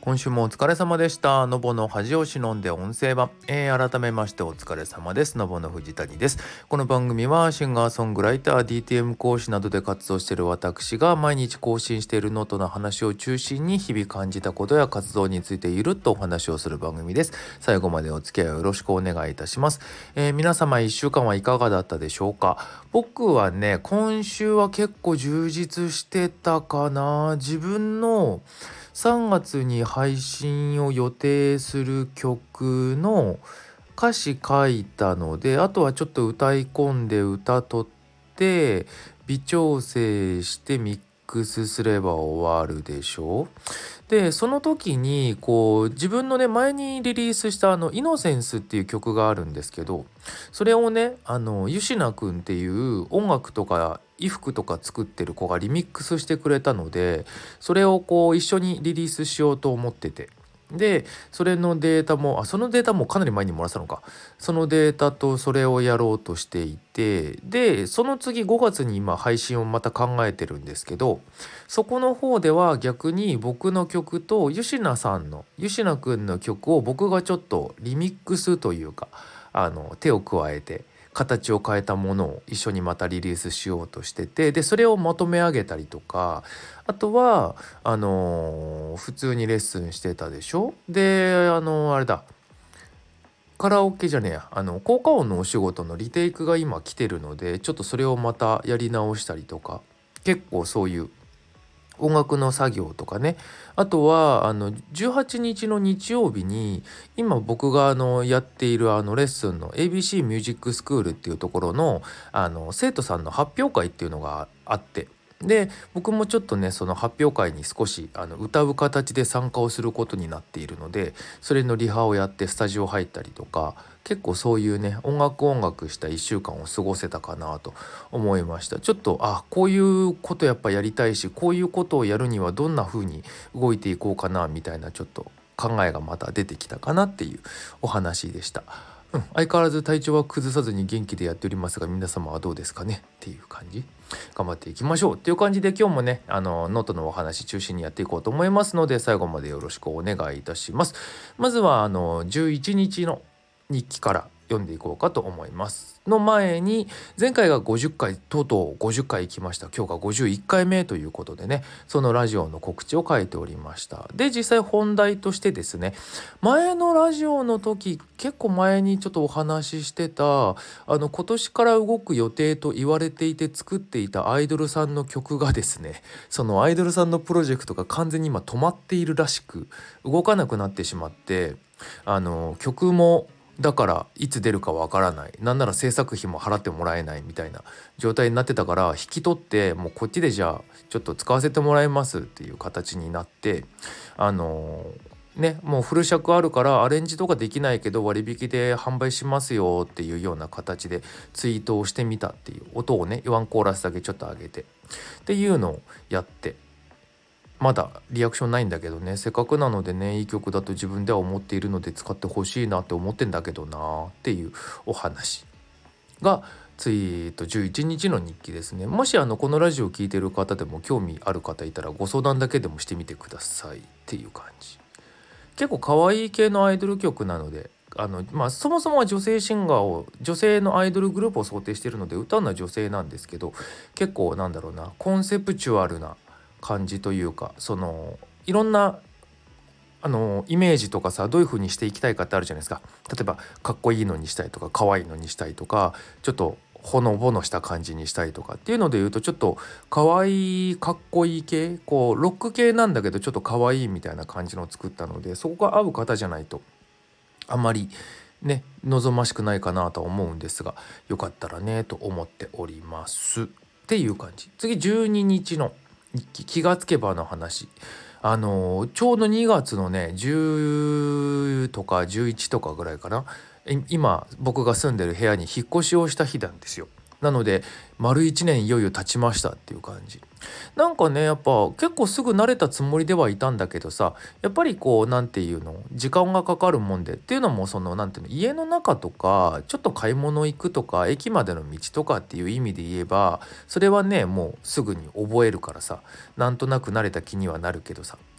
今週もお疲れ様でした。のぼの恥を忍んで音声版、改めましてお疲れ様です。のぼの藤谷です。この番組はシンガーソングライター、DTM 講師などで活動している私が毎日更新しているノートの話を中心に日々感じたことや活動についてゆるっとお話をする番組です。最後までお付き合いをよろしくお願いいたします。皆様1週間はいかがだったでしょうか。僕はね、今週は結構充実してたかな。自分の3月に配信を予定する曲の歌詞書いたので、あとはちょっと歌い込んで歌取って微調整してミックスすれば終わるでしょう。でその時に自分のね前にリリースしたイノセンスっていう曲があるんですけど、それをねゆしなくんっていう音楽とか衣服とか作ってる子がリミックスしてくれたので、それを一緒にリリースしようと思ってて、でそれのデータもそのデータもかなり前に漏らしたのか、そのデータとそれをやろうとしていて、でその次5月に今配信をまた考えてるんですけど、そこの方では逆に僕の曲とゆしなくんの曲を僕がちょっとリミックスというか手を加えて形を変えたものを一緒にまたリリースしようとしてて、でそれをまとめ上げたりとか、あとは普通にレッスンしてたでしょ。であれだ、カラオケじゃねえや、効果音のお仕事のリテイクが今来てるので、ちょっとそれをまたやり直したりとか、結構そういう音楽の作業とかね。あとは18日の日曜日に今僕がやっているレッスンの ABC ミュージックスクールっていうところの生徒さんの発表会っていうのがあって、で僕もちょっとねその発表会に少し歌う形で参加をすることになっているので、それのリハをやってスタジオ入ったりとか、結構そういうね音楽した1週間を過ごせたかなと思いました。ちょっとこういうことやっぱやりたいし、こういうことをやるにはどんな風に動いていこうかなみたいな、ちょっと考えがまた出てきたかなっていうお話でした。相変わらず体調は崩さずに元気でやっておりますが、皆様はどうですかねっていう感じ。頑張っていきましょうっていう感じで、今日もねノートのお話中心にやっていこうと思いますので、最後までよろしくお願いいたします。まずは11日の日記から読んでいこうかと思います。の前に、前回が50回、とうとう50回行きました。今日が51回目ということでね、そのラジオの告知を書いておりました。で実際本題としてですね、前のラジオの時結構前にちょっとお話ししてた今年から動く予定と言われていて作っていたアイドルさんの曲がですね、そのアイドルさんのプロジェクトが完全に今止まっているらしく、動かなくなってしまって、曲もだからいつ出るかわからない、なんなら制作費も払ってもらえないみたいな状態になってたから、引き取ってもうこっちでじゃあちょっと使わせてもらいますっていう形になって、もうフル尺あるからアレンジとかできないけど割引で販売しますよっていうような形でツイートをしてみたっていう、音をねワンコーラスだけちょっと上げてっていうのをやって、まだリアクションないんだけどね、せっかくなのでねいい曲だと自分では思っているので使ってほしいなって思ってんだけどなっていうお話が11日の日記ですね。もしこのラジオを聞いてる方でも興味ある方いたらご相談だけでもしてみてくださいっていう感じ。結構可愛い系のアイドル曲なので、そもそもは女性シンガーを、女性のアイドルグループを想定しているので歌うのは女性なんですけど、結構なんだろうな、コンセプチュアルな感じというか、そのいろんなイメージとかさ、どういう風にしていきたいかってあるじゃないですか。例えばかっこいいのにしたいとか、可愛いのにしたいとか、ちょっとほのぼのした感じにしたいとかっていうので言うと、ちょっと可愛いかっこいい系、ロック系なんだけどちょっと可愛いみたいな感じのを作ったので、そこが合う方じゃないとあんまりね望ましくないかなとは思うんですが、よかったらねと思っておりますっていう感じ。次12日の日記、気がつけばの話。ちょうど2月のね10とか11とかぐらいかな、今僕が住んでる部屋に引っ越しをした日なんですよ。なので丸1年いよいよ経ちましたっていう感じ。なんかねやっぱ結構すぐ慣れたつもりではいたんだけどさ、やっぱりなんていうの、時間がかかるもんでっていうのも、そのなんていうの、家の中とかちょっと買い物行くとか駅までの道とかっていう意味で言えば、それはねもうすぐに覚えるからさ、なんとなく慣れた気にはなるけどさ、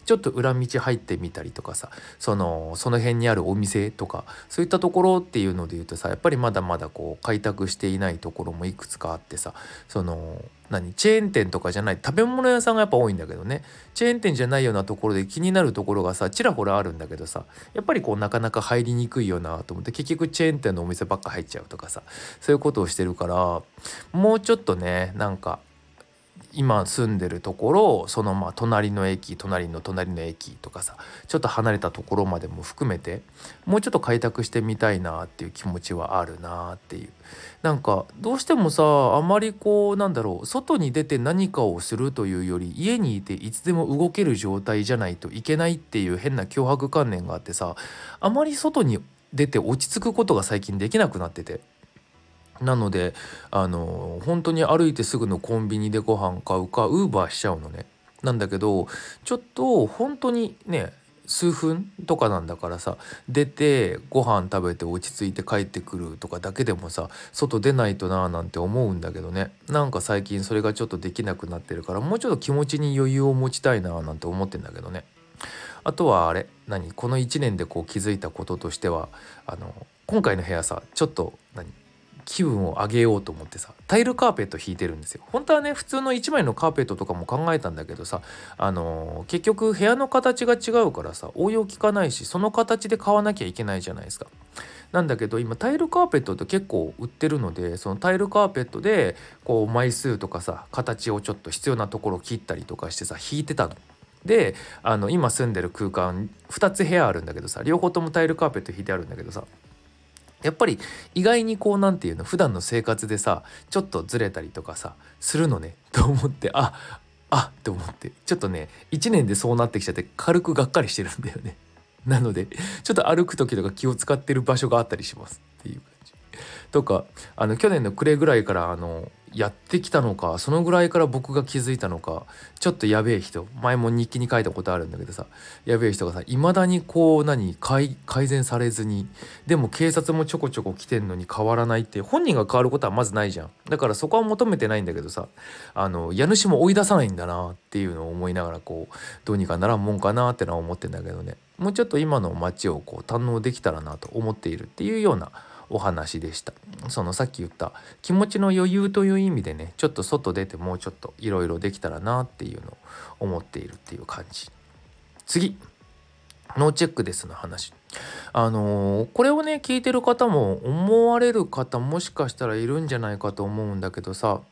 ちょっと裏道入ってみたりとかさ、その辺にあるお店とかそういったところっていうので言うとさ、やっぱりまだまだこう開拓していないところもいくつかあってさ、チェーン店とかじゃない食べ物屋さんがやっぱ多いんだけどね、チェーン店じゃないようなところで気になるところがさちらほらあるんだけどさ、やっぱりこうなかなか入りにくいよなと思って、結局チェーン店のお店ばっか入っちゃうとかさ、そういうことをしてるから、もうちょっとね、なんか今住んでるところ、隣の駅隣の駅とかさ、ちょっと離れたところまでも含めてもうちょっと開拓してみたいなっていう気持ちはあるなっていう。なんかどうしてもさ、あまりこう外に出て何かをするというより、家にいていつでも動ける状態じゃないといけないっていう変な強迫観念があってさ、あまり外に出て落ち着くことが最近できなくなってて、なので本当に歩いてすぐのコンビニでご飯買うかウーバーしちゃうのね。なんだけどちょっと本当にね、数分とかなんだからさ、出てご飯食べて落ち着いて帰ってくるとかだけでもさ、外出ないとなーなんて思うんだけどね。なんか最近それがちょっとできなくなってるから、もうちょっと気持ちに余裕を持ちたいなーなんて思ってんだけどね。あとはこの1年でこう気づいたこととしては、今回の部屋さ、ちょっと気分を上げようと思ってさ、タイルカーペット引いてるんですよ。本当はね、普通の1枚のカーペットとかも考えたんだけどさ、結局部屋の形が違うからさ、応用効かないし、その形で買わなきゃいけないじゃないですか。なんだけど今タイルカーペットって結構売ってるので、そのタイルカーペットでこう枚数とかさ、形をちょっと必要なところを切ったりとかしてさ、引いてたの。で今住んでる空間2つ部屋あるんだけどさ、両方ともタイルカーペット引いてあるんだけどさ、やっぱり意外にこう普段の生活でさちょっとずれたりとかさするのねと思って、って思って、ちょっとね1年でそうなってきちゃって軽くがっかりしてるんだよね。なのでちょっと歩く時とか気を使ってる場所があったりしますっていう感じとか、去年の暮れぐらいからやってきたのか、そのぐらいから僕が気づいたのか、ちょっとやべえ人、前も日記に書いたことあるんだけどさ、やべえ人がさ、未だにこう改善されずに、でも警察もちょこちょこ来てんのに変わらないって、本人が変わることはまずないじゃん。だからそこは求めてないんだけどさ、家主も追い出さないんだなっていうのを思いながら、こうどうにかならんもんかなってのは思ってんだけどね。もうちょっと今の街をこう堪能できたらなと思っているっていうようなお話でした。さっき言った気持ちの余裕という意味でね、ちょっと外出てもうちょっといろいろできたらなっていうのを思っているっていう感じ。次、ノーチェックですの話。これをね聞いてる方も思われる方もしかしたらいるんじゃないかと思うんだけどさ、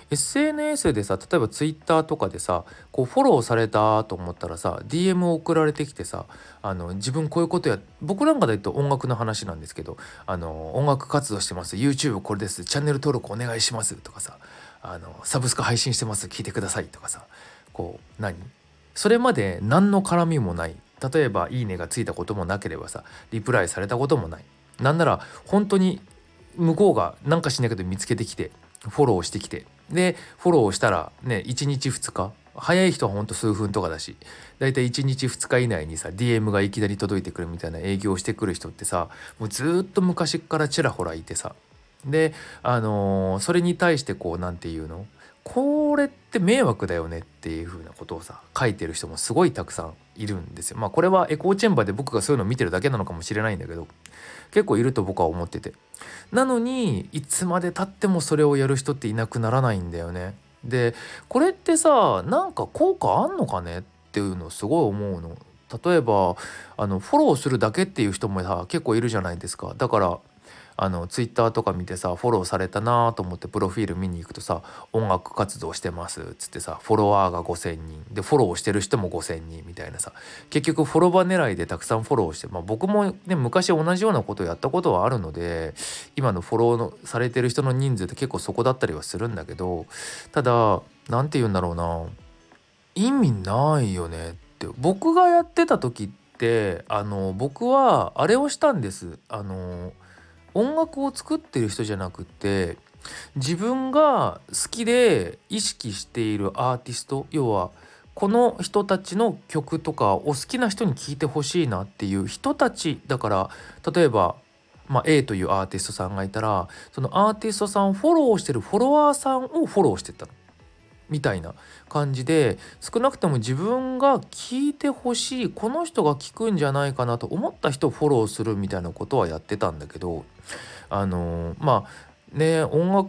SNS でさ、例えば Twitter とかでさ、こうフォローされたと思ったらさ DM を送られてきてさ、自分こういうこと僕なんかで言うと音楽の話なんですけど、音楽活動してます、 YouTube これです、チャンネル登録お願いしますとかさ、サブスク配信してます、聞いてくださいとかさ、こうそれまで何の絡みもない、例えばいいねがついたこともなければさ、リプライされたこともない、なんなら本当に向こうがなんかしないけど見つけてきてフォローしてきて、でフォローしたらね1日2日、早い人はほんと数分とかだし、だいたい1日2日以内にさ DM がいきなり届いてくるみたいな営業をしてくる人ってさ、もうずっと昔からちらほらいてさ、でそれに対してこうこれって迷惑だよねっていう風なことをさ書いてる人もすごいたくさんいるんですよ。これはエコーチェンバーで僕がそういうのを見てるだけなのかもしれないんだけど、結構いると僕は思ってて、なのにいつまで経ってもそれをやる人っていなくならないんだよね。でこれってさ、なんか効果あんのかねっていうのをすごい思うの。例えばフォローするだけっていう人もさ結構いるじゃないですか。だからツイッターとか見てさ、フォローされたなと思ってプロフィール見に行くとさ、音楽活動してますっつってさ、フォロワーが5,000人でフォローしてる人も5,000人みたいなさ、結局フォロワー狙いでたくさんフォローして、僕もね昔同じようなことをやったことはあるので、今のフォローのされてる人の人数って結構そこだったりはするんだけど、ただなんて言うんだろうな、意味ないよねって。僕がやってた時って僕はあれをしたんです。音楽を作ってる人じゃなくて、自分が好きで意識しているアーティスト、要はこの人たちの曲とかを好きな人に聴いてほしいなっていう人たちだから、例えばA というアーティストさんがいたら、そのアーティストさんをフォローしてるフォロワーさんをフォローしてったの。 みたいな感じで、少なくとも自分が聞いてほしい、この人が聞くんじゃないかなと思った人をフォローするみたいなことはやってたんだけど、まあね、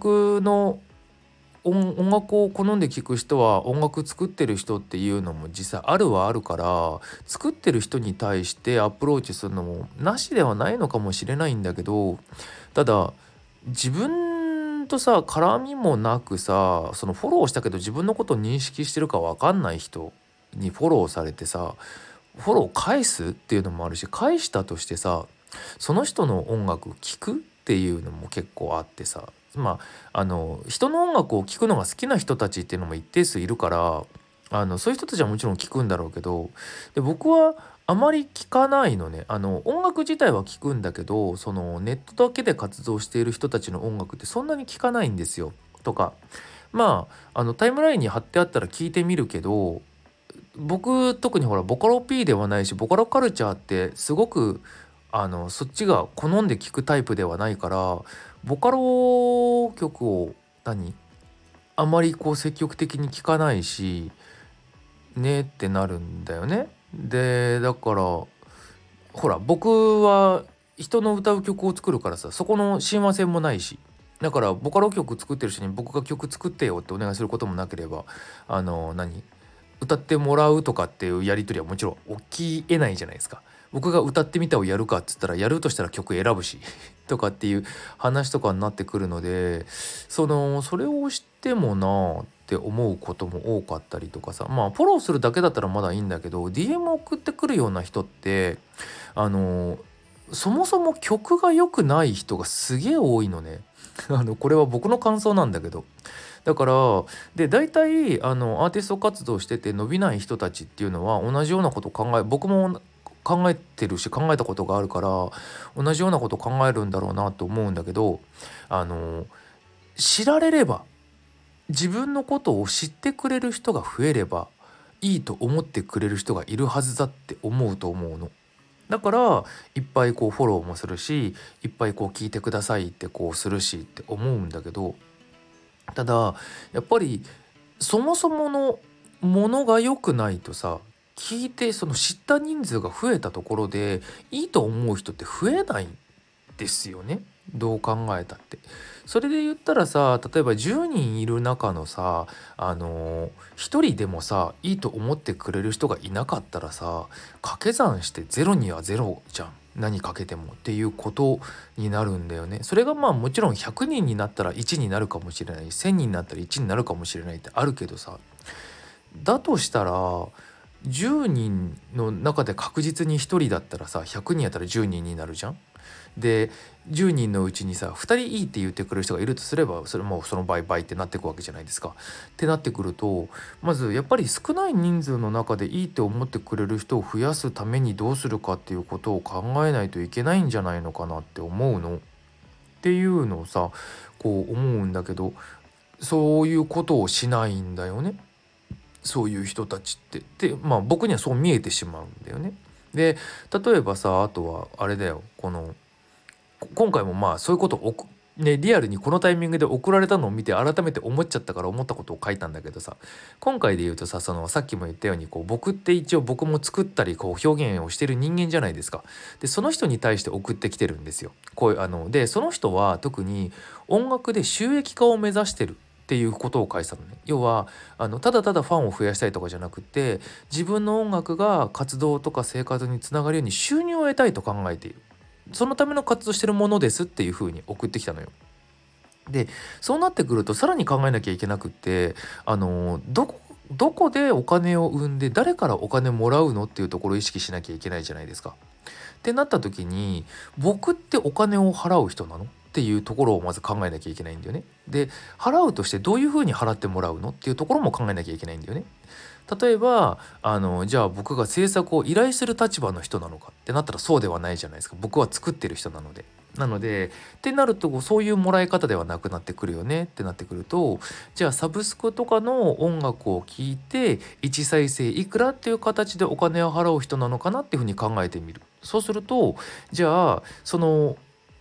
音楽を好んで聴く人は音楽作ってる人っていうのも実際あるはあるから、作ってる人に対してアプローチするのもなしではないのかもしれないんだけど、ただ自分とさ絡みもなくさ、そのフォローしたけど自分のことを認識してるか分かんない人にフォローされてさ、フォロー返すっていうのもあるし、返したとしてさその人の音楽聴くっていうのも結構あってさ、人の音楽を聴くのが好きな人たちっていうのも一定数いるから、そういう人たちはもちろん聴くんだろうけど、で僕はあまり聞かないのね。音楽自体は聞くんだけど、そのネットだけで活動している人たちの音楽ってそんなに聞かないんですよ。とかタイムラインに貼ってあったら聞いてみるけど、僕特にほらボカロ P ではないし、ボカロカルチャーってすごくそっちが好んで聞くタイプではないから、ボカロ曲をあまりこう積極的に聞かないしねってなるんだよね。でだからほら僕は人の歌う曲を作るからさ、そこの親和性もないし、だからボカロ曲作ってる人に僕が曲作ってよってお願いすることもなければ、歌ってもらうとかっていうやり取りはもちろん起きえないじゃないですか。僕が歌ってみたをやるかっつったら、やるとしたら曲選ぶしとかっていう話とかになってくるので、それをしてもなーって思うことも多かったりとかさ、フォローするだけだったらまだいいんだけど、 DM 送ってくるような人ってあのそもそも曲が良くない人がすげえ多いのね。これは僕の感想なんだけど、だから大体アーティスト活動してて伸びない人たちっていうのは同じようなこと僕も考えてるし考えたことがあるから、同じようなこと考えるんだろうなと思うんだけど、あの知られれば、自分のことを知ってくれる人が増えればいいと思ってくれる人がいるはずだって思うと思うの。だからいっぱいこうフォローもするし、いっぱいこう聞いてくださいってこうするしって思うんだけど、ただやっぱりそもそものものが良くないとさ、聞いてその知った人数が増えたところでいいと思う人って増えないんですよね。どう考えたって。それで言ったらさ、例えば10人いる中のさ、1人でもさいいと思ってくれる人がいなかったらさ、掛け算してゼロにはゼロじゃん。何かけてもっていうことになるんだよね。それがもちろん100人になったら1になるかもしれない、1000人になったら1になるかもしれないってあるけどさ、だとしたら10人の中で確実に1人だったらさ、100人やったら10人になるじゃん。で10人のうちにさ2人いいって言ってくれる人がいるとすれば、それもその倍ってなっていくわけじゃないですか。ってなってくると、まずやっぱり少ない人数の中でいいって思ってくれる人を増やすためにどうするかっていうことを考えないといけないんじゃないのかなって思うの。っていうのをさこう思うんだけど、そういうことをしないんだよね、そういう人たちって。で僕にはそう見えてしまうんだよね。で例えばさ、あとはあれだよ、今回もそういうことをリアルにこのタイミングで送られたのを見て改めて思っちゃったから思ったことを書いたんだけどさ、今回で言うとさ、さっきも言ったように僕って一応僕も作ったり表現をしてる人間じゃないですか。でその人に対して送ってきてるんですよ。でその人は特に音楽で収益化を目指してるっていうことを書いてたのね。要はただただファンを増やしたいとかじゃなくて、自分の音楽が活動とか生活につながるように収入を得たいと考えている、そのための活動してるものですっていう風に送ってきたのよ。でそうなってくるとさらに考えなきゃいけなくって、どこでお金を生んで誰からお金もらうのっていうところを意識しなきゃいけないじゃないですか。ってなった時に、僕ってお金を払う人なのっていうところをまず考えなきゃいけないんだよね。で払うとしてどういう風に払ってもらうのっていうところも考えなきゃいけないんだよね。例えばじゃあ僕が制作を依頼する立場の人なのかってなったらそうではないじゃないですか。僕は作ってる人なので。ってなるとそういうもらい方ではなくなってくるよねってなってくると、じゃあサブスクとかの音楽を聴いて1再生いくらっていう形でお金を払う人なのかなっていうふうに考えてみる。そうするとじゃあ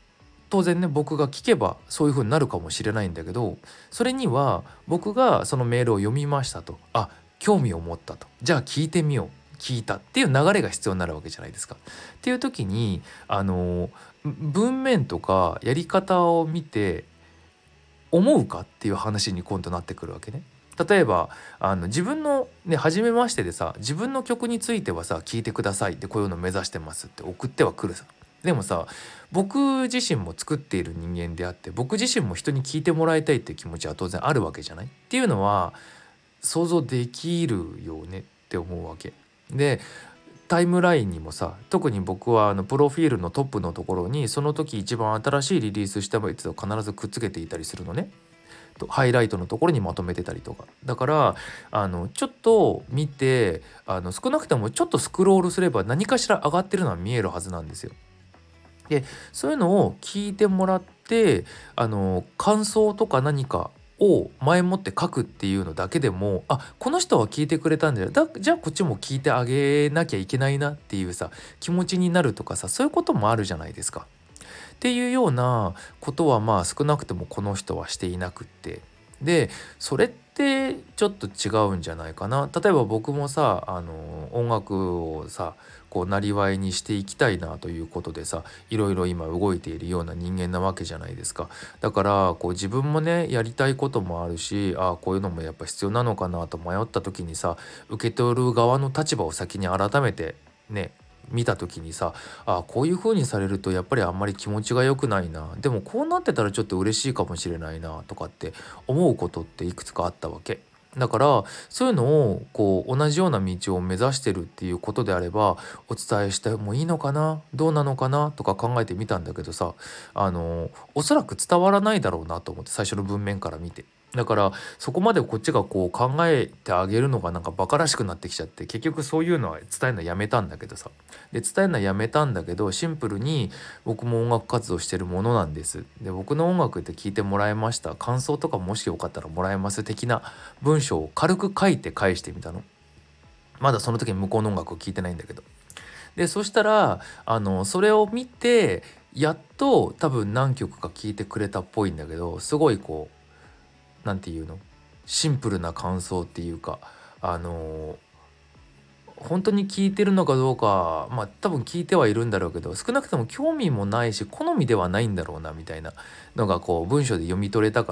当然ね僕が聞けばそういう風になるかもしれないんだけど、それには僕がそのメールを読みましたと、興味を持ったと、じゃあ聞いてみよう、聞いたっていう流れが必要になるわけじゃないですか。っていう時に文面とかやり方を見て思うかっていう話に今度なってくるわけね。例えば自分のね初めましてでさ、自分の曲についてはさ聞いてくださいってこういうの目指してますって送ってはくるさ。でもさ、僕自身も作っている人間であって、僕自身も人に聞いてもらいたいっていう気持ちは当然あるわけじゃない。っていうのは想像できるよねって思うわけで、タイムラインにもさ、特に僕はプロフィールのトップのところにその時一番新しいリリースしたやつを必ずくっつけていたりするのね。ハイライトのところにまとめてたりとか、だからちょっと見て少なくともちょっとスクロールすれば何かしら上がってるのは見えるはずなんですよ。でそういうのを聞いてもらって感想とか何かを前もって書くっていうのだけでも、この人は聞いてくれたんだよ、じゃあこっちも聞いてあげなきゃいけないなっていうさ気持ちになるとかさ、そういうこともあるじゃないですか。っていうようなことは少なくともこの人はしていなくって、でそれってちょっと違うんじゃないかな。例えば僕もさ音楽をさこうなりわいにしていきたいなということでさ、いろいろ今動いているような人間なわけじゃないですか。だからこう自分もねやりたいこともあるし、こういうのもやっぱ必要なのかなと迷った時にさ、受け取る側の立場を先に改めてね見た時にさ、こういう風にされるとやっぱりあんまり気持ちが良くないな、でもこうなってたらちょっと嬉しいかもしれないなとかって思うことっていくつかあったわけだから、そういうのをこう同じような道を目指してるっていうことであればお伝えしてもいいのかな、どうなのかなとか考えてみたんだけどさ、おそらく伝わらないだろうなと思って、最初の文面から見て。だからそこまでこっちがこう考えてあげるのがなんかバカらしくなってきちゃって、結局そういうのは伝えるのやめたんだけどさ。で伝えるのやめたんだけど、シンプルに僕も音楽活動してるものなんです。で僕の音楽って聞いてもらえました、感想とかもしよかったらもらえます的な文章を軽く書いて返してみたの。まだその時に向こうの音楽を聞いてないんだけど。でそしたらそれを見てやっと多分何曲か聞いてくれたっぽいんだけど、すごいこうなんていうの、シンプルな感想っていうか本当に聞いてるのかどうか、多分聞いてはいるんだろうけど、少なくとも興味もないし好みではないんだろうなみたいなのがこう文章で読み取れたから、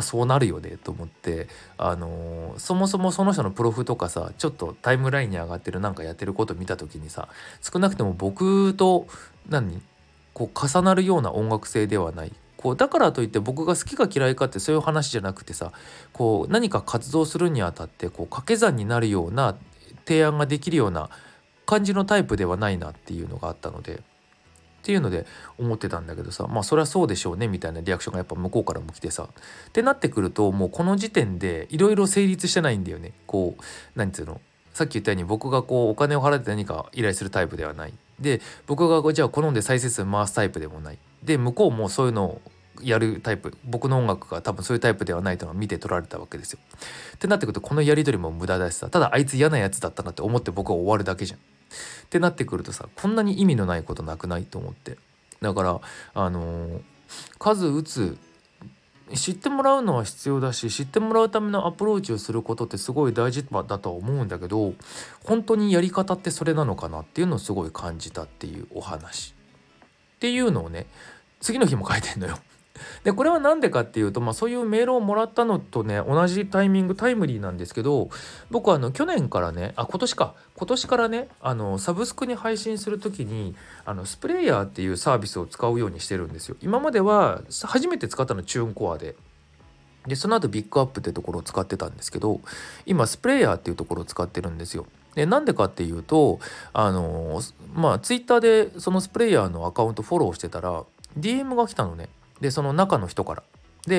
そうなるよねと思って、そもそもその人のプロフとかさ、ちょっとタイムラインに上がってるなんかやってること見た時にさ、少なくとも僕とこう重なるような音楽性ではない。こうだからといって僕が好きか嫌いかってそういう話じゃなくてさ、こう何か活動するにあたってこう掛け算になるような提案ができるような感じのタイプではないなっていうのがあったので、っていうので思ってたんだけどさ、そりゃそうでしょうねみたいなリアクションがやっぱ向こうからも来てさ、ってなってくるともうこの時点でいろいろ成立してないんだよね。こう何つうの、さっき言ったように僕がこうお金を払って何か依頼するタイプではない。で僕がじゃあ好んで再生数回すタイプでもない。で向こうもそういうのをやるタイプ、僕の音楽が多分そういうタイプではないというのを見て取られたわけですよ。ってなってくるとこのやり取りも無駄だしさ、ただあいつ嫌なやつだったなって思って僕は終わるだけじゃん。ってなってくるとさ、こんなに意味のないことなくないと思って。だから数打つ、知ってもらうのは必要だし、知ってもらうためのアプローチをすることってすごい大事だとは思うんだけど、本当にやり方ってそれなのかなっていうのをすごい感じたっていうお話っていうのをね、次の日も書いてんのよ。でこれは何でかっていうと、そういうメールをもらったのとね同じタイミングタイムリーなんですけど、僕は去年からね今年からねサブスクに配信する時にスプレイヤーっていうサービスを使うようにしてるんですよ。今までは初めて使ったのチューンコアでその後ビッグアップってところを使ってたんですけど、今スプレイヤーっていうところを使ってるんですよ。でなんでかっていうとツイッターでそのスプレイヤーのアカウントフォローしてたら DM が来たのね。でその中の人から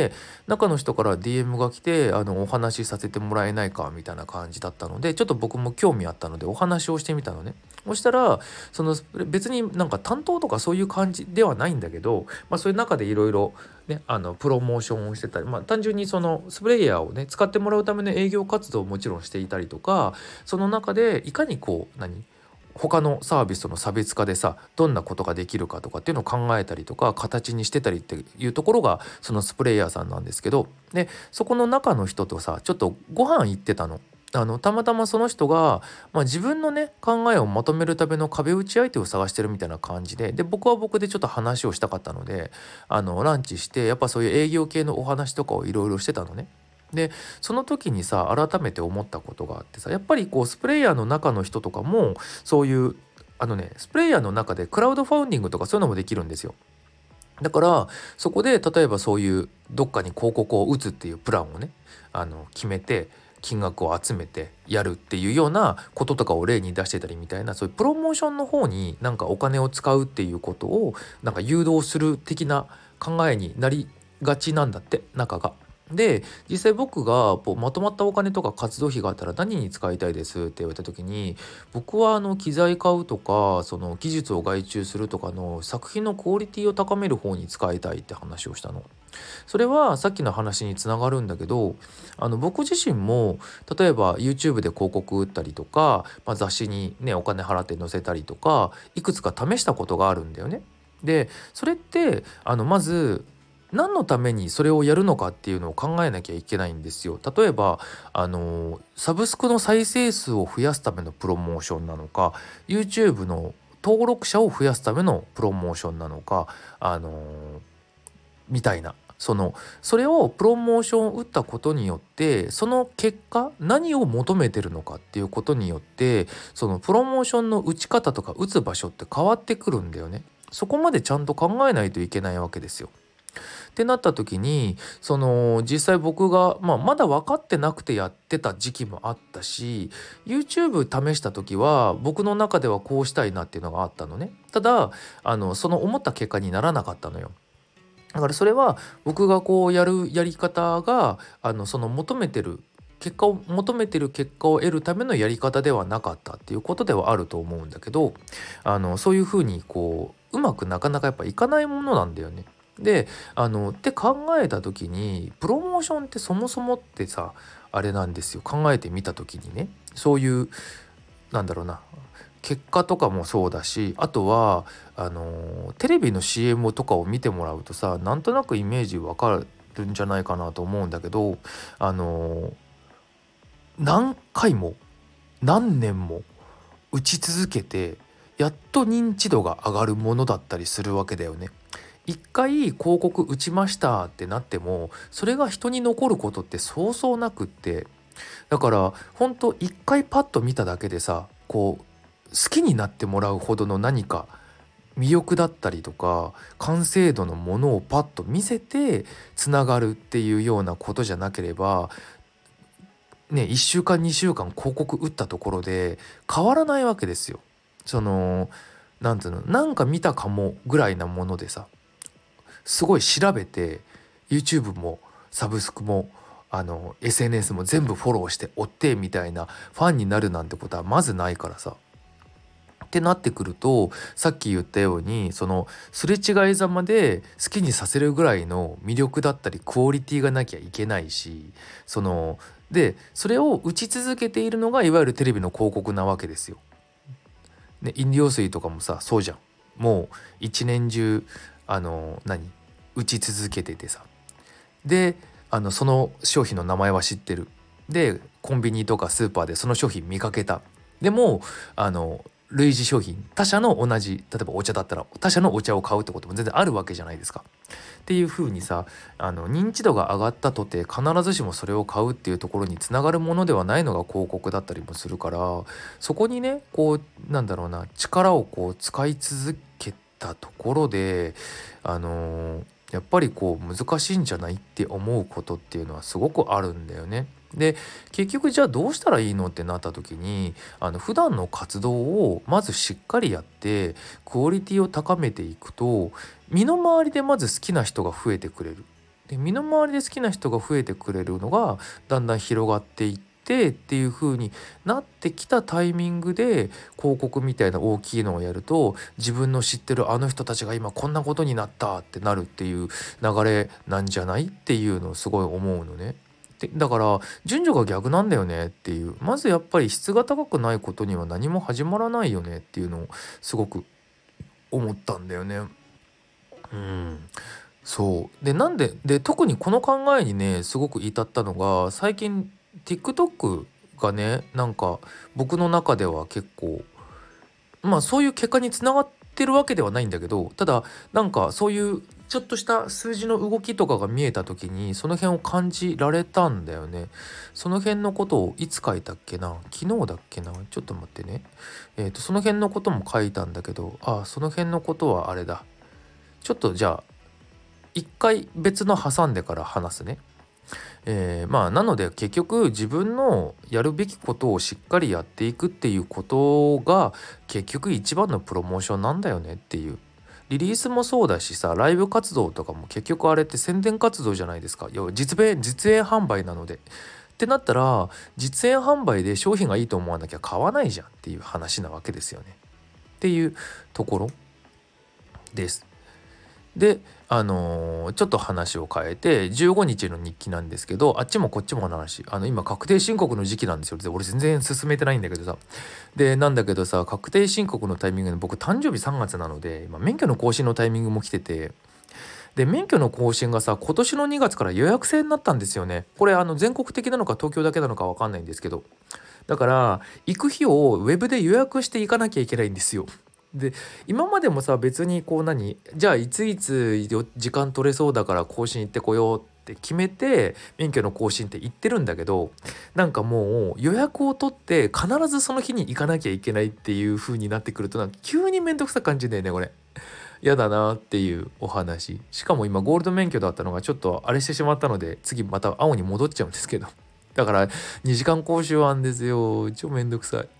DM が来てお話しさせてもらえないかみたいな感じだったので、ちょっと僕も興味あったのでお話をしてみたのね。そしたらその別になんか担当とかそういう感じではないんだけど、そういう中でいろいろねプロモーションをしてたり、単純にそのスプレイヤーをね使ってもらうための営業活動をもちろんしていたりとか、その中でいかにこう他のサービスとの差別化でさどんなことができるかとかっていうのを考えたりとか形にしてたりっていうところがそのスプレーヤーさんなんですけど、でそこの中の人とさちょっとご飯行ってたの。たまたまその人が、自分のね考えをまとめるための壁打ち相手を探してるみたいな感じで、僕は僕でちょっと話をしたかったのでランチしてやっぱそういう営業系のお話とかをいろいろしてたのね。でその時にさ改めて思ったことがあってさ、やっぱりこうスプレイヤーの中の人とかもそういうスプレイヤーの中でクラウドファウンディングとかそういうのもできるんですよ。だからそこで例えばそういうどっかに広告を打つっていうプランをね決めて金額を集めてやるっていうようなこととかを例に出してたりみたいな、そういうプロモーションの方になんかお金を使うっていうことをなんか誘導する的な考えになりがちなんだって中が。で実際僕がこうまとまったお金とか活動費があったら何に使いたいですって言われた時に、僕は機材買うとかその技術を外注するとかの作品のクオリティを高める方に使いたいって話をしたの。それはさっきの話につながるんだけど、僕自身も例えば YouTube で広告打ったりとか、雑誌にねお金払って載せたりとかいくつか試したことがあるんだよね。でそれってまず何のためにそれをやるのかっていうのを考えなきゃいけないんですよ。例えばサブスクの再生数を増やすためのプロモーションなのか、 YouTube の登録者を増やすためのプロモーションなのかみたいな、それをプロモーションを打ったことによってその結果何を求めてるのかっていうことによってそのプロモーションの打ち方とか打つ場所って変わってくるんだよね。そこまでちゃんと考えないといけないわけですよ。ってなった時に実際僕が、まだ分かってなくてやってた時期もあったし YouTube 試した時は僕の中ではこうしたいなっていうのがあったのね。ただその思った結果にならなかったのよ。だからそれは僕がこうやるやり方がその求めてる結果を得るためのやり方ではなかったっていうことではあると思うんだけど、そういうふうにこううまくなかなかやっぱいかないものなんだよね。でって考えた時にプロモーションってそもそもってさあれなんですよ。考えてみた時にね、そういうなんだろうな結果とかもそうだし、あとはテレビの CM とかを見てもらうとさなんとなくイメージわかるんじゃないかなと思うんだけど、何回も何年も打ち続けてやっと認知度が上がるものだったりするわけだよね。一回広告打ちましたってなってもそれが人に残ることってそうそうなくって、だから本当一回パッと見ただけでさこう好きになってもらうほどの何か魅力だったりとか完成度のものをパッと見せてつながるっていうようなことじゃなければね、1週間2週間広告打ったところで変わらないわけですよ。なんていうのなんか見たかもぐらいなものでさ、すごい調べて YouTube もサブスクもSNS も全部フォローして追ってみたいなファンになるなんてことはまずないからさ。ってなってくるとさっき言ったようにそのすれ違いざまで好きにさせるぐらいの魅力だったりクオリティがなきゃいけないし、それを打ち続けているのがいわゆるテレビの広告なわけですよ。ね、飲料水とかもさそうじゃん。もう一年中打ち続けててさ、でその商品の名前は知ってる。でコンビニとかスーパーでその商品見かけた。でも類似商品他社の同じ例えばお茶だったら他社のお茶を買うってことも全然あるわけじゃないですか。っていう風にさ認知度が上がったとて必ずしもそれを買うっていうところにつながるものではないのが広告だったりもするから、そこにねこうなんだろうな力をこう使い続けたところでやっぱりこう難しいんじゃないって思うことっていうのはすごくあるんだよね。で結局じゃあどうしたらいいのってなった時に普段の活動をまずしっかりやってクオリティを高めていくと身の回りでまず好きな人が増えてくれる。で身の回りで好きな人が増えてくれるのがだんだん広がっていってっていう風になってきたタイミングで広告みたいな大きいのをやると自分の知ってるあの人たちが今こんなことになったってなるっていう流れなんじゃないっていうのをすごい思うのね。っでだから順序が逆なんだよねっていう、まずやっぱり質が高くないことには何も始まらないよねっていうのをすごく思ったんだよね。うん、そうで、なんで特にこの考えにねすごく至ったのが、最近 TikTok がね、なんか僕の中では結構そういう結果につながってるわけではないんだけど、ただなんかそういうちょっとした数字の動きとかが見えた時にその辺を感じられたんだよね。その辺のことをいつ書いたっけな、昨日だっけな、ちょっと待ってね。その辺のことも書いたんだけど、その辺のことはあれだ。ちょっとじゃあ一回別の挟んでから話すね。なので結局自分のやるべきことをしっかりやっていくっていうことが結局一番のプロモーションなんだよねっていう。リリースもそうだしさ、ライブ活動とかも結局あれって宣伝活動じゃないですか。要は実演販売なので。ってなったら実演販売で商品がいいと思わなきゃ買わないじゃんっていう話なわけですよね。っていうところです。でちょっと話を変えて15日の日記なんですけど、あっちもこっちもの話、今確定申告の時期なんですよ。俺全然進めてないんだけどさ。なんだけどさ、確定申告のタイミングで僕誕生日3月なので今免許の更新のタイミングも来てて、で免許の更新がさ今年の2月から予約制になったんですよね。これ全国的なのか東京だけなのか分かんないんですけど、だから行く日をウェブで予約していかなきゃいけないんですよ。で今までもさ別にじゃあいついつ時間取れそうだから更新行ってこようって決めて免許の更新って言ってるんだけど、なんかもう予約を取って必ずその日に行かなきゃいけないっていう風になってくると、なんか急にめんどくさく感じんだよねこれ。嫌だなっていうお話。しかも今ゴールド免許だったのがちょっとあれしてしまったので次また青に戻っちゃうんですけど、だから2時間講習あんですよ。超めんどくさい。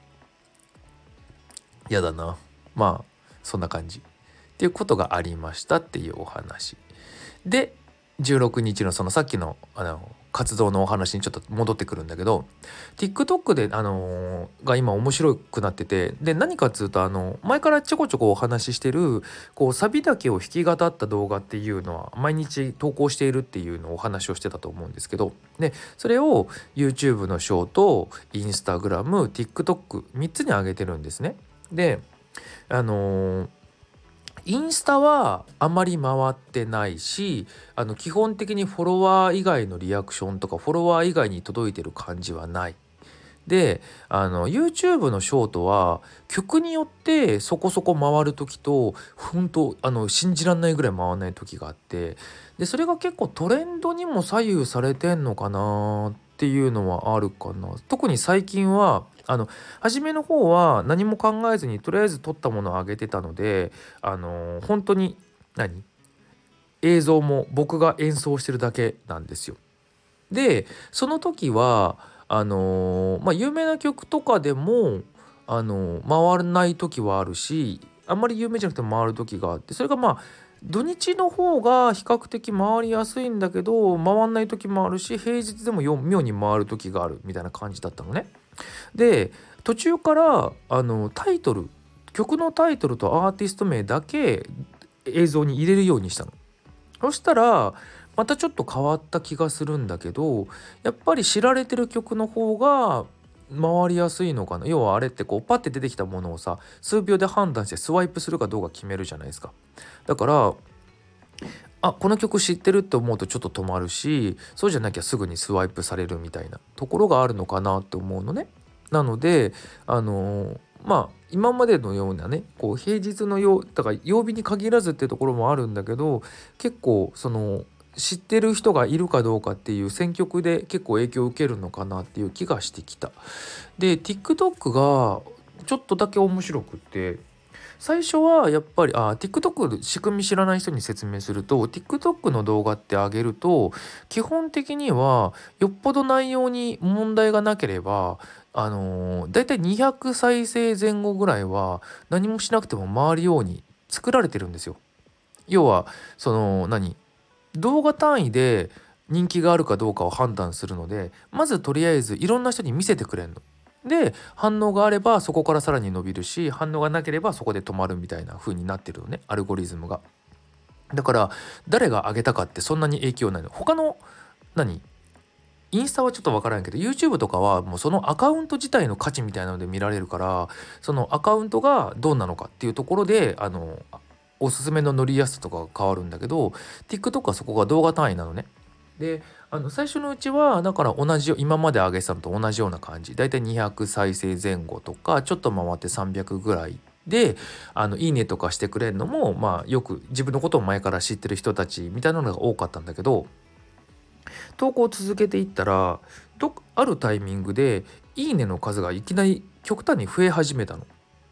嫌だな。そんな感じっていうことがありましたっていうお話で、16日のそのさっきの活動のお話にちょっと戻ってくるんだけど、 TikTok でが今面白くなってて、で何かっつうと前からちょこちょこお話ししてるサビだけを弾き語った動画っていうのは毎日投稿しているっていうのをお話をしてたと思うんですけど、でそれを YouTube のショート、Instagram、TikTok3 つに上げてるんですね。でインスタはあまり回ってないし、基本的にフォロワー以外のリアクションとかフォロワー以外に届いてる感じはない。でYouTube のショートは曲によってそこそこ回る時と本当信じらんないぐらい回らない時があって、でそれが結構トレンドにも左右されてんのかなっていうのはあるかな。特に最近は初めの方は何も考えずにとりあえず撮ったものを上げてたので本当に映像も僕が演奏してるだけなんですよ。でその時は有名な曲とかでも回らない時はあるし、あんまり有名じゃなくても回る時があって、それが土日の方が比較的回りやすいんだけど回んない時もあるし、平日でも妙に回る時があるみたいな感じだったのね。で途中から曲のタイトルとアーティスト名だけ映像に入れるようにしたの。そしたらまたちょっと変わった気がするんだけど、やっぱり知られてる曲の方が回りやすいのかな。要はあれってパッて出てきたものをさ数秒で判断してスワイプするかどうか決めるじゃないですか。だからこの曲知ってるって思うとちょっと止まるし、そうじゃなきゃすぐにスワイプされるみたいなところがあるのかなって思うのね。なので今までのようなね平日のだから曜日に限らずっていうところもあるんだけど、結構知ってる人がいるかどうかっていう選曲で結構影響を受けるのかなっていう気がしてきた。で TikTok がちょっとだけ面白くって、最初はやっぱりTikTok 仕組み知らない人に説明すると、 TikTok の動画って上げると基本的にはよっぽど内容に問題がなければだいたい200再生前後ぐらいは何もしなくても回るように作られてるんですよ。要は動画単位で人気があるかどうかを判断するので、まずとりあえずいろんな人に見せてくれんの。で反応があればそこからさらに伸びるし、反応がなければそこで止まるみたいな風になってるのね、アルゴリズムが。だから誰が上げたかってそんなに影響ないの。他のインスタはちょっとわからんけど YouTube とかはもうそのアカウント自体の価値みたいなので見られるから、そのアカウントがどうなのかっていうところでおすすめの乗りやすさとかが変わるんだけど、 TikTok はそこが動画単位なのね。で最初のうちはだから同じ今まで上げてたのと同じような感じ、だいたい200再生前後とかちょっと回って300ぐらいでいいねとかしてくれるのも、まあよく自分のことを前から知ってる人たちみたいなのが多かったんだけど、投稿を続けていったらあるタイミングでいいねの数がいきなり極端に増え始めたの。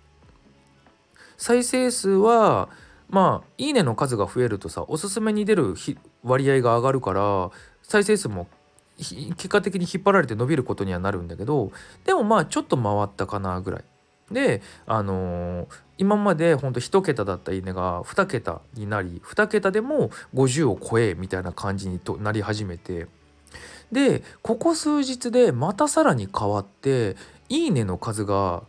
再生数はまあいいねの数が増えるとさ、おすすめに出る割合が上がるから再生数も結果的に引っ張られて伸びることにはなるんだけど、でもまあちょっと回ったかなぐらいで、今までほんと1桁だったいいねが2桁になり、2桁でも50を超えみたいな感じになり始めて、でここ数日でまたさらに変わっていいねの数が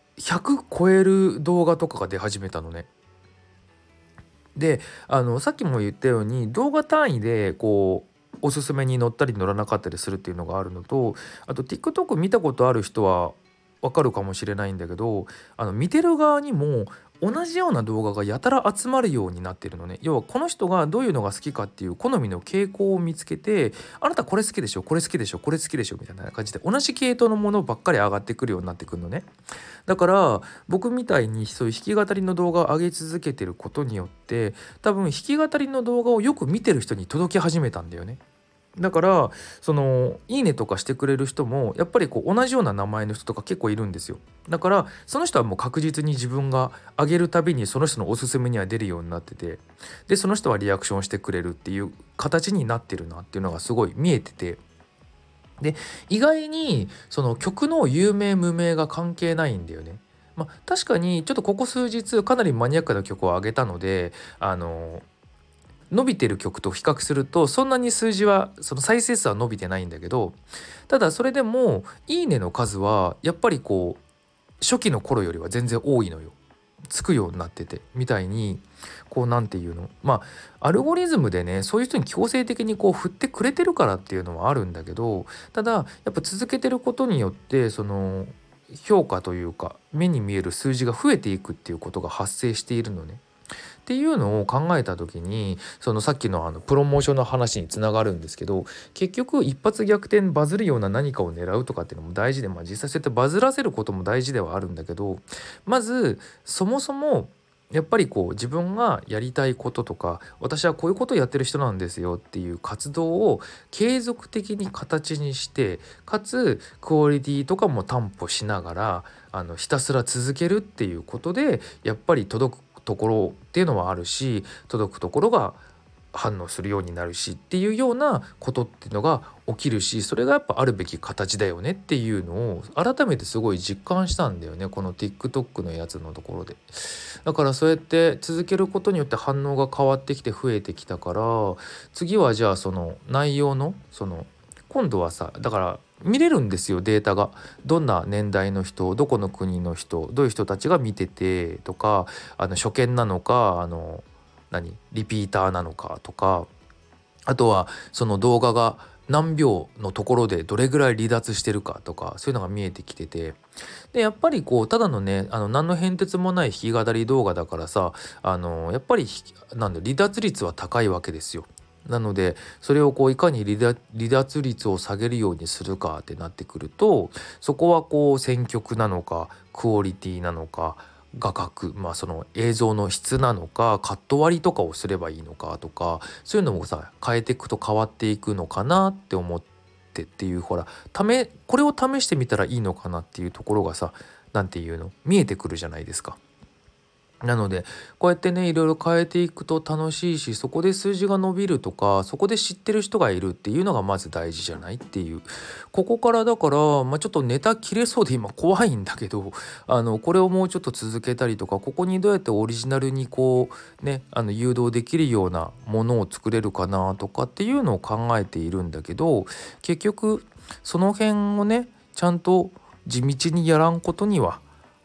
100超える動画とかが出始めたのね。でさっきも言ったように動画単位でこうおすすめに載ったり載らなかったりするっていうのがあるのと、あと TikTok 見たことある人はわかるかもしれないんだけど、見てる側にも同じような動画がやたら集まるようになってるのね。要はこの人がどういうのが好きかっていう好みの傾向を見つけて、あなたこれ好きでしょ、これ好きでしょ、これ好きでしょみたいな感じで同じ系統のものばっかり上がってくるようになってくるのね。だから僕みたいにそういう弾き語りの動画を上げ続けてることによって多分弾き語りの動画をよく見てる人に届き始めたんだよね。だからいいねとかしてくれる人もやっぱりこう同じような名前の人とか結構いるんですよ。だからその人はもう確実に自分が上げるたびにその人のおすすめには出るようになってて、でその人はリアクションしてくれるっていう形になってるなっていうのがすごい見えてて、で意外にその曲の有名無名が関係ないんだよね。確かにちょっとここ数日かなりマニアックな曲を上げたので伸びてる曲と比較するとそんなに数字はその再生数は伸びてないんだけど、ただそれでもいいねの数はやっぱりこう初期の頃よりは全然多いのよ。つくようになっててみたいにこうなんていうのアルゴリズムでねそういう人に強制的にこう振ってくれてるからっていうのはあるんだけど、ただやっぱ続けてることによってその評価というか目に見える数字が増えていくっていうことが発生しているのね。っていうのを考えた時にそのさっきのプロモーションの話につながるんですけど、結局一発逆転バズるような何かを狙うとかっていうのも大事で、実際そうやってバズらせることも大事ではあるんだけど、まずそもそもやっぱりこう自分がやりたいこととか私はこういうことをやってる人なんですよっていう活動を継続的に形にして、かつクオリティとかも担保しながらひたすら続けるっていうことでやっぱり届くところっていうのはあるし、届くところが反応するようになるしっていうようなことっていうのが起きるし、それがやっぱあるべき形だよねっていうのを改めてすごい実感したんだよね、この TikTok のやつのところで。だからそうやって続けることによって反応が変わってきて増えてきたから、次はじゃあその内容の今度はさ、だから見れるんですよ、データが。どんな年代の人、どこの国の人、どういう人たちが見ててとか、初見なのかリピーターなのかとか、あとはその動画が何秒のところでどれぐらい離脱してるかとか、そういうのが見えてきてて、でやっぱりこうただのね何の変哲もない弾き語り動画だからさ、やっぱり離脱率は高いわけですよ。なのでそれをこういかに離脱率を下げるようにするかってなってくると、そこはこう選曲なのかクオリティなのか画角、その映像の質なのかカット割りとかをすればいいのかとか、そういうのもさ変えていくと変わっていくのかなって思ってっていう、ほらこれを試してみたらいいのかなっていうところがさ、なんていうの見えてくるじゃないですか。なのでこうやってねいろいろ変えていくと楽しいし、そこで数字が伸びるとかそこで知ってる人がいるっていうのがまず大事じゃないっていう、ここからだから、ちょっとネタ切れそうで今怖いんだけどこれをもうちょっと続けたりとか、ここにどうやってオリジナルにこうね誘導できるようなものを作れるかなとかっていうのを考えているんだけど、結局その辺をねちゃんと地道にやらんことには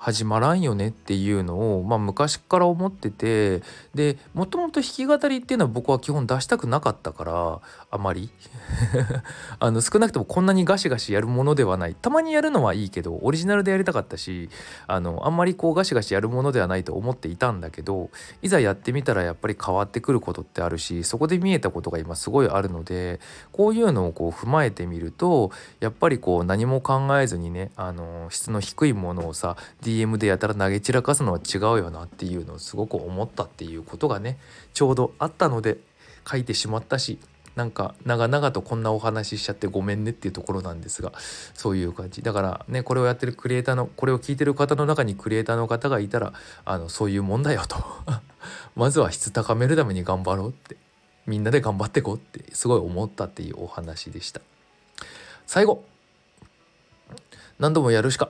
始まらんよねっていうのを、昔から思ってて、でもともと弾き語りっていうのは僕は基本出したくなかったから、あまり少なくともこんなにガシガシやるものではない。たまにやるのはいいけどオリジナルでやりたかったし、あんまりこうガシガシやるものではないと思っていたんだけど、いざやってみたらやっぱり変わってくることってあるし、そこで見えたことが今すごいあるので、こういうのをこう踏まえてみると、やっぱりこう何も考えずにね、質の低いものをさ DM でやたら投げ散らかすのは違うよなっていうのをすごく思ったっていうことがね、ちょうどあったので書いてしまったし、なんか長々とこんなお話ししちゃってごめんねっていうところなんですが、そういう感じだからね。これをやってるクリエイターの、これを聞いてる方の中にクリエイターの方がいたら、そういうもんだよとまずは質高めるために頑張ろうって、みんなで頑張ってこうってすごい思ったっていうお話でした。最後、何度もやるしか。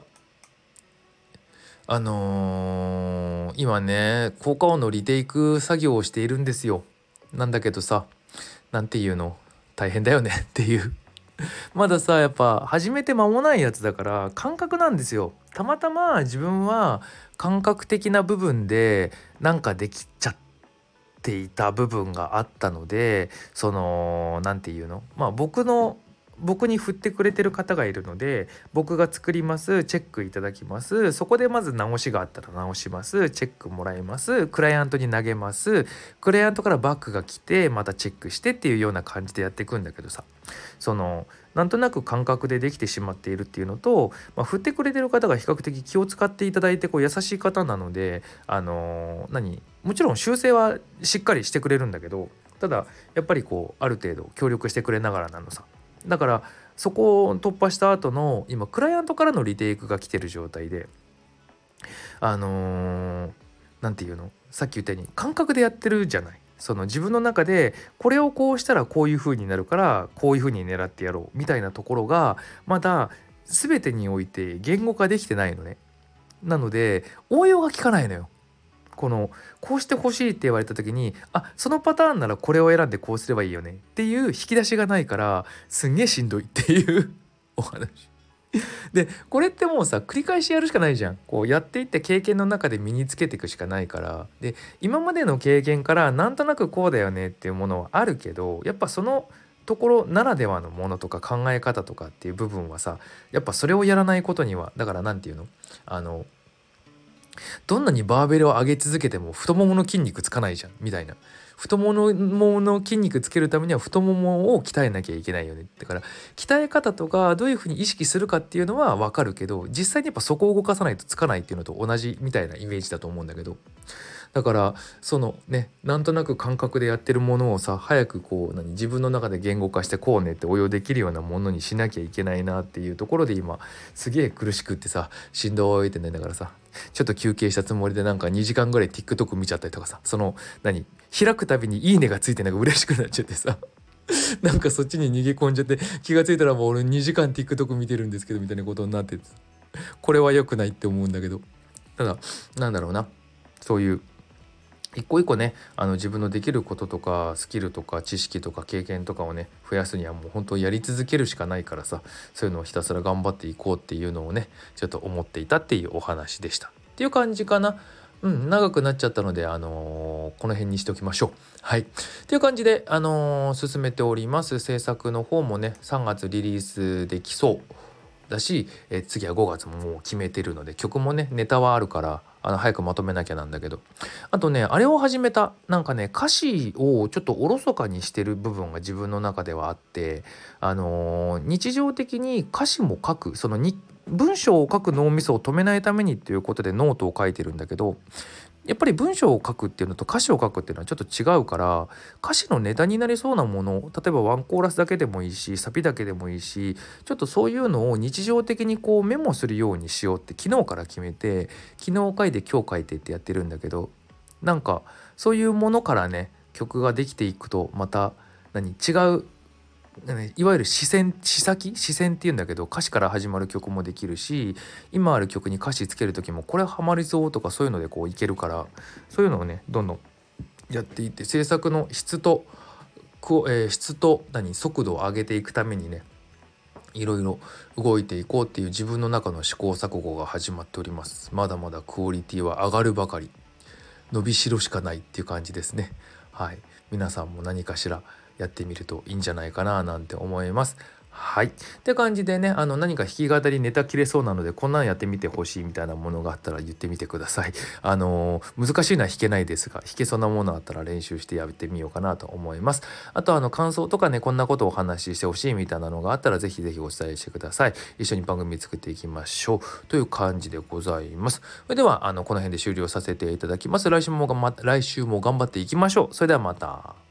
今ね効果音のリテイク作業をしているんですよ。なんだけどさ、なんていうの、大変だよねっていうまださやっぱ始めて間もないやつだから感覚なんですよ。たまたま自分は感覚的な部分でなんかできちゃっていた部分があったので、そのなんていうの、僕に振ってくれてる方がいるので、僕が作ります、チェックいただきます、そこでまず直しがあったら直します、チェックもらいます、クライアントに投げます、クライアントからバックが来てまたチェックしてっていうような感じでやっていくんだけどさ、そのなんとなく感覚でできてしまっているっていうのと、振ってくれてる方が比較的気を使っていただいてこう優しい方なので、もちろん修正はしっかりしてくれるんだけど、ただやっぱりこうある程度協力してくれながらなのさ。だからそこを突破した後の今クライアントからのリテイクが来てる状態で、なんていうの、さっき言ったように感覚でやってるじゃない。その自分の中でこれをこうしたらこういう風になるからこういう風に狙ってやろうみたいなところがまだ全てにおいて言語化できてないのね。なので応用が効かないのよ。こうしてほしいって言われた時に、そのパターンならこれを選んでこうすればいいよねっていう引き出しがないからすんげえしんどいっていうお話で、これってもうさ繰り返しやるしかないじゃん。こうやっていって経験の中で身につけていくしかないから。で今までの経験からなんとなくこうだよねっていうものはあるけど、やっぱそのところならではのものとか考え方とかっていう部分はさ、やっぱそれをやらないことには、だからなんていうの、どんなにバーベルを上げ続けても太ももの筋肉つかないじゃんみたいな。太ももの筋肉つけるためには太ももを鍛えなきゃいけないよね。だから鍛え方とかどういうふうに意識するかっていうのは分かるけど、実際にやっぱそこを動かさないとつかないっていうのと同じみたいなイメージだと思うんだけど、だからそのね、なんとなく感覚でやってるものをさ、早くこう自分の中で言語化してこうねって応用できるようなものにしなきゃいけないなっていうところで今すげえ苦しくってさ、しんどいってなりながらさ、ちょっと休憩したつもりでなんか2時間ぐらい TikTok 見ちゃったりとかさ、開くたびにいいねがついてなんか嬉しくなっちゃってさなんかそっちに逃げ込んじゃって、気がついたらもう俺2時間 TikTok 見てるんですけどみたいなことになってて、これは良くないって思うんだけど、ただなんだろうな、そういう一個一個ね、自分のできることとかスキルとか知識とか経験とかをね増やすにはもう本当やり続けるしかないからさ、そういうのをひたすら頑張っていこうっていうのをねちょっと思っていたっていうお話でしたっていう感じかな。長くなっちゃったので、この辺にしておきましょう。はい。っていう感じで、進めております制作の方もね3月リリースできそうだし、次は5月ももう決めてるので、曲もねネタはあるから早くまとめなきゃなんだけど、あとねあれを始めた、なんかね歌詞をちょっとおろそかにしてる部分が自分の中ではあって、日常的に歌詞も書く、文章を書く脳みそを止めないためにっていうことでノートを書いてるんだけど、やっぱり文章を書くっていうのと歌詞を書くっていうのはちょっと違うから、歌詞のネタになりそうなもの、例えばワンコーラスだけでもいいしサビだけでもいいし、ちょっとそういうのを日常的にこうメモするようにしようって昨日から決めて、昨日書いて今日書いてってやってるんだけど、なんかそういうものからね曲ができていくとまた違う、いわゆる詩線っていうんだけど、歌詞から始まる曲もできるし、今ある曲に歌詞つける時もこれハマりそうとかそういうのでこういけるから、そういうのをねどんどんやっていって制作の質と速度を上げていくためにねいろいろ動いていこうっていう自分の中の試行錯誤が始まっております。まだまだクオリティは上がるばかり、伸びしろしかないっていう感じですね。はい、皆さんも何かしらやってみるといいんじゃないかななんて思います。はい。って感じでね、何か弾き語りネタ切れそうなので、こんなんやってみてほしいみたいなものがあったら言ってみてください。難しいのは弾けないですが、弾けそうなものあったら練習してやってみようかなと思います。あと感想とかね、こんなことをお話ししてほしいみたいなのがあったら、ぜひぜひお伝えしてください。一緒に番組作っていきましょうという感じでございます。それではこの辺で終了させていただきます。来週も頑張っていきましょう。それではまた。